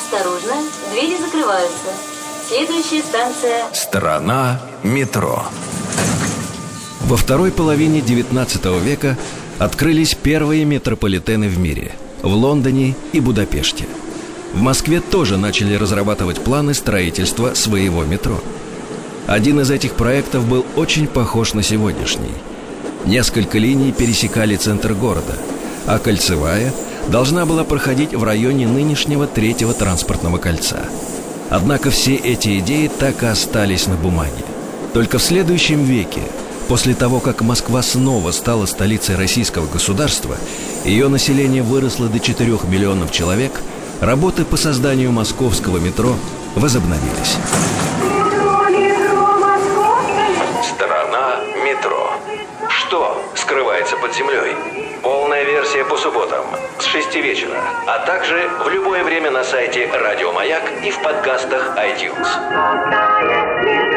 Осторожно, двери закрываются. Следующая станция... Страна метро. Во второй половине 19 века открылись первые метрополитены в мире – в Лондоне и Будапеште. В Москве тоже начали разрабатывать планы строительства своего метро. Один из этих проектов был очень похож на сегодняшний. Несколько линий пересекали центр города, а кольцевая должна была проходить в районе нынешнего Третьего транспортного кольца. Однако все эти идеи так и остались на бумаге. Только в следующем веке, после того, как Москва снова стала столицей российского государства, ее население выросло до 4 миллионов человек, работы по созданию московского метро возобновились. Страна метро. Что скрывается под землей? Полная версия по субботам с 6 вечера, а также в любое время на сайте Радио Маяк и в подкастах iTunes.